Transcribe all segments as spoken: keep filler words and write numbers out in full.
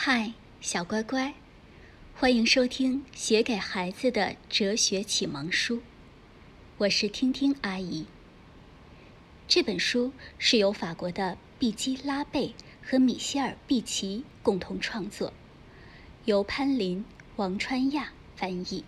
嗨，小乖乖，欢迎收听写给孩子的哲学启蒙书。我是听听阿姨。这本书是由法国的毕基拉贝和米歇尔毕奇共同创作，由潘林、王川亚翻译。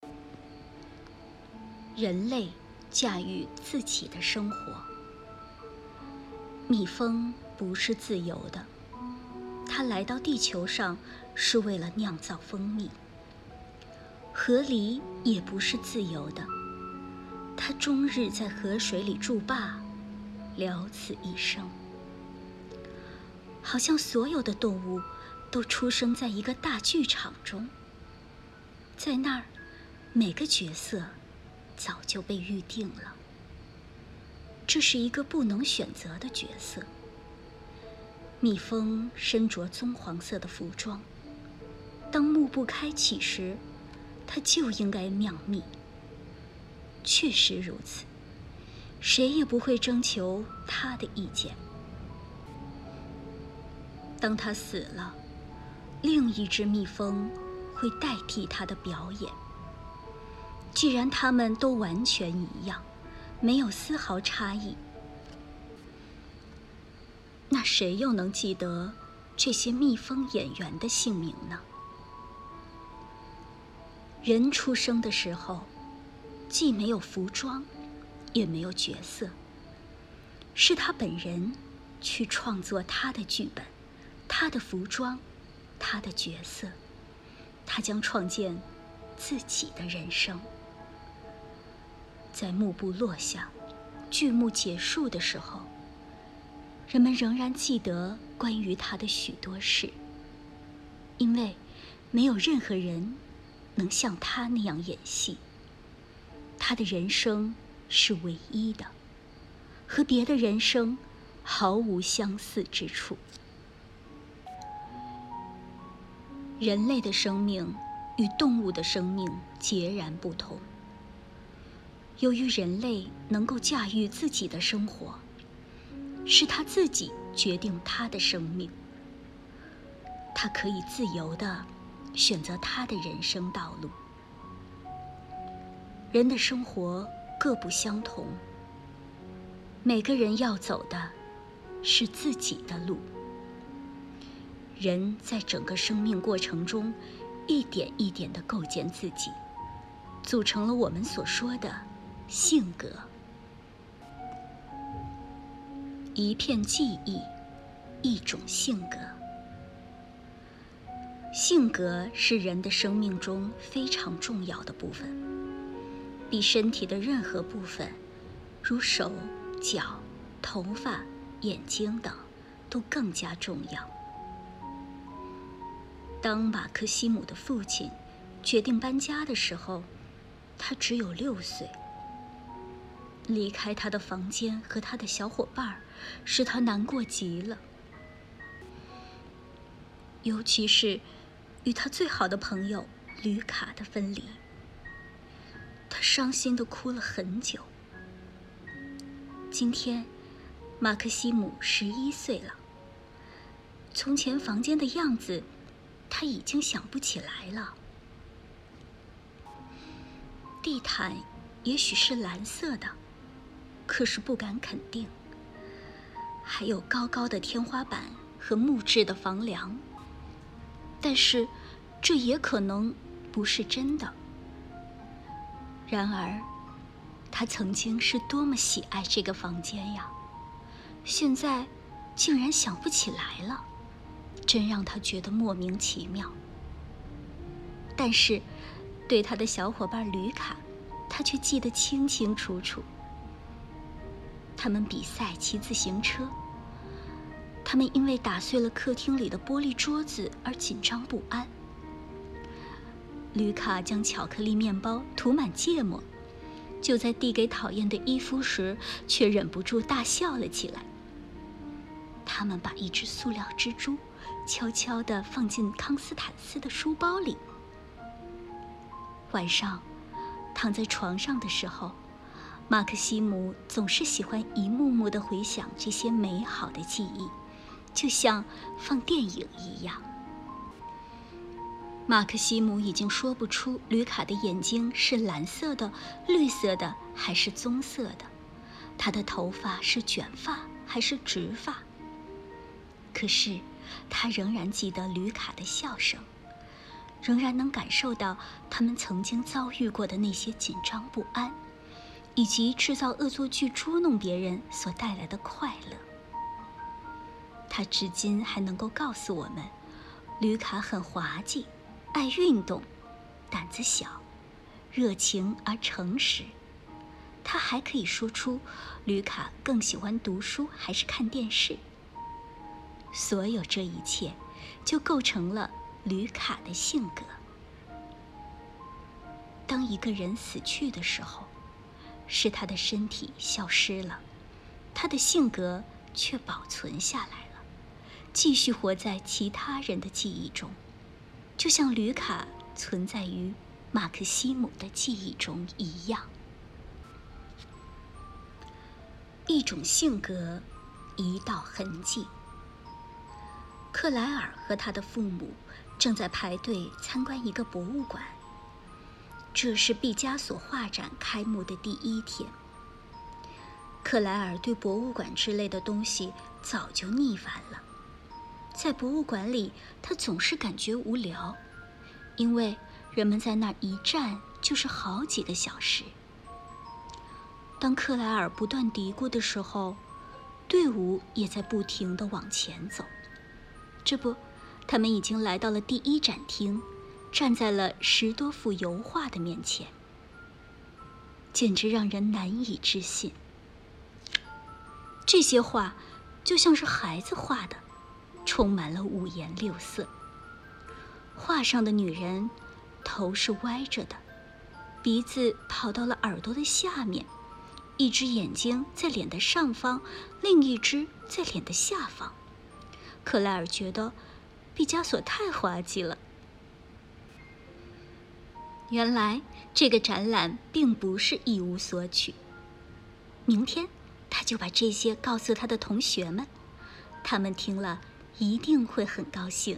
人类驾驭自己的生活。蜜蜂不是自由的，它来到地球上是为了酿造蜂蜜。河狸也不是自由的，它终日在河水里筑坝，了此一生。好像所有的动物都出生在一个大剧场中，在那儿，每个角色早就被预定了。这是一个不能选择的角色。蜜蜂身着棕黄色的服装，当幕布开启时，它就应该酿蜜。确实如此，谁也不会征求它的意见。当它死了，另一只蜜蜂会代替它的表演。既然它们都完全一样，没有丝毫差异，那谁又能记得这些蜜蜂演员的姓名呢？人出生的时候，既没有服装，也没有角色，是他本人去创作他的剧本，他的服装，他的角色，他将创建自己的人生。在幕布落下，剧目结束的时候，人们仍然记得关于他的许多事，因为没有任何人能像他那样演戏。他的人生是唯一的，和别的人生毫无相似之处。人类的生命与动物的生命截然不同。由于人类能够驾驭自己的生活，是他自己决定他的生命。他可以自由地选择他的人生道路。人的生活各不相同，每个人要走的是自己的路。人在整个生命过程中，一点一点地构建自己，组成了我们所说的性格。一片记忆，一种性格。性格是人的生命中非常重要的部分，比身体的任何部分，如手、脚、头发、眼睛等，都更加重要。当马克西姆的父亲决定搬家的时候，他只有六岁。离开他的房间和他的小伙伴，使他难过极了。尤其是与他最好的朋友吕卡的分离，他伤心地哭了很久。今天，马克西姆十一岁了。从前房间的样子，他已经想不起来了。地毯也许是蓝色的，可是不敢肯定。还有高高的天花板和木质的房梁，但是这也可能不是真的。然而，他曾经是多么喜爱这个房间呀，现在竟然想不起来了，真让他觉得莫名其妙。但是，对他的小伙伴吕卡，他却记得清清楚楚。他们比赛骑自行车，他们因为打碎了客厅里的玻璃桌子而紧张不安。吕卡将巧克力面包涂满芥末，就在递给讨厌的伊夫时，却忍不住大笑了起来。他们把一只塑料蜘蛛悄悄地放进康斯坦斯的书包里。晚上，躺在床上的时候，马克西姆总是喜欢一幕幕地回想这些美好的记忆，就像放电影一样。 马克西姆已经说不出吕卡的眼睛是蓝色的、绿色的还是棕色的，他的头发是卷发还是直发。可是他仍然记得吕卡的笑声，仍然能感受到他们曾经遭遇过的那些紧张不安，以及制造恶作剧捉弄别人所带来的快乐。他至今还能够告诉我们，吕卡很滑稽，爱运动，胆子小，热情而诚实。他还可以说出吕卡更喜欢读书还是看电视。所有这一切就构成了吕卡的性格。当一个人死去的时候，是他的身体消失了，他的性格却保存下来了，继续活在其他人的记忆中，就像吕卡存在于马克西姆的记忆中一样。一种性格，一道痕迹。克莱尔和他的父母正在排队参观一个博物馆。这是毕加索画展开幕的第一天。克莱尔对博物馆之类的东西早就腻烦了。在博物馆里，他总是感觉无聊，因为人们在那儿一站就是好几个小时。当克莱尔不断嘀咕的时候，队伍也在不停地往前走。这不，他们已经来到了第一展厅，站在了十多幅油画的面前，简直让人难以置信。这些画就像是孩子画的，充满了五颜六色。画上的女人头是歪着的，鼻子跑到了耳朵的下面，一只眼睛在脸的上方，另一只在脸的下方。克莱尔觉得毕加索太滑稽了。原来这个展览并不是一无所取。明天他就把这些告诉他的同学们，他们听了一定会很高兴。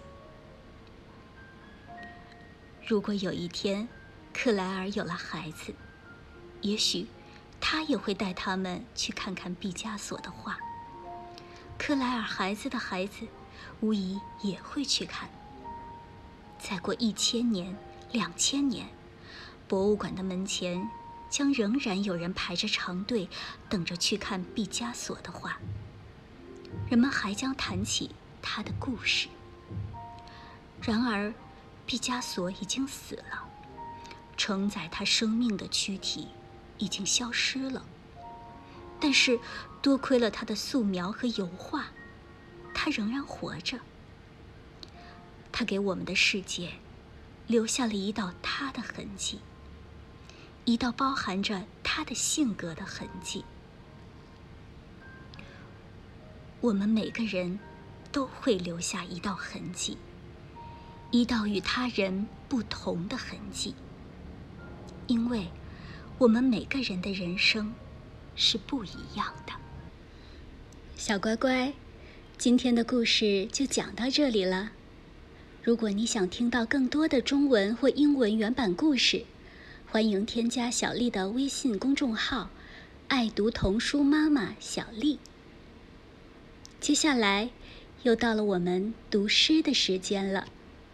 如果有一天克莱尔有了孩子，也许他也会带他们去看看毕加索的画。克莱尔孩子的孩子无疑也会去看。再过一千年、两千年，博物馆的门前将仍然有人排着长队，等着去看毕加索的画。人们还将谈起他的故事。然而，毕加索已经死了，承载他生命的躯体已经消失了。但是，多亏了他的素描和油画，他仍然活着。他给我们的世界留下了一道他的痕迹，一道包含着他的性格的痕迹。我们每个人都会留下一道痕迹，一道与他人不同的痕迹，因为我们每个人的人生是不一样的。小乖乖，今天的故事就讲到这里了。如果你想听到更多的中文或英文原版故事，欢迎添加小丽的微信公众号“爱读童书妈妈小丽”。接下来又到了我们读诗的时间了。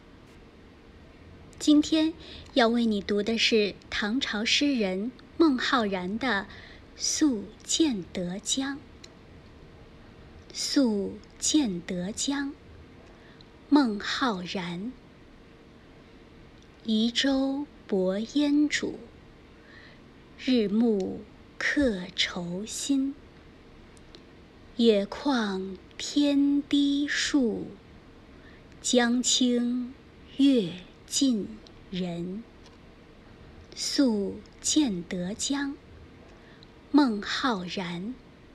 今天要为你读的是唐朝诗人孟浩然的《宿建德江》。宿建德江，孟浩然。移舟泊烟渚，日暮客愁新。野旷天低树，江清月近人。宿建德江，孟浩然。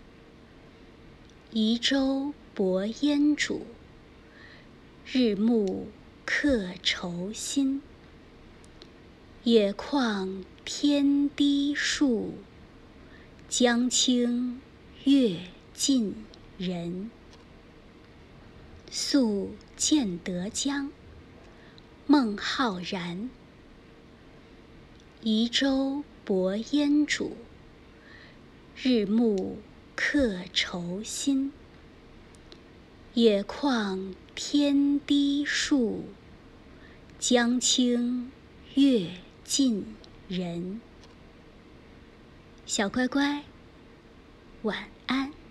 移舟泊烟渚，日暮客愁新。野旷天低树，江清月近人。宿建德江， 孟浩然。移舟泊烟渚，日暮客愁新。野旷天低树，江清月近人。小乖乖，晚安。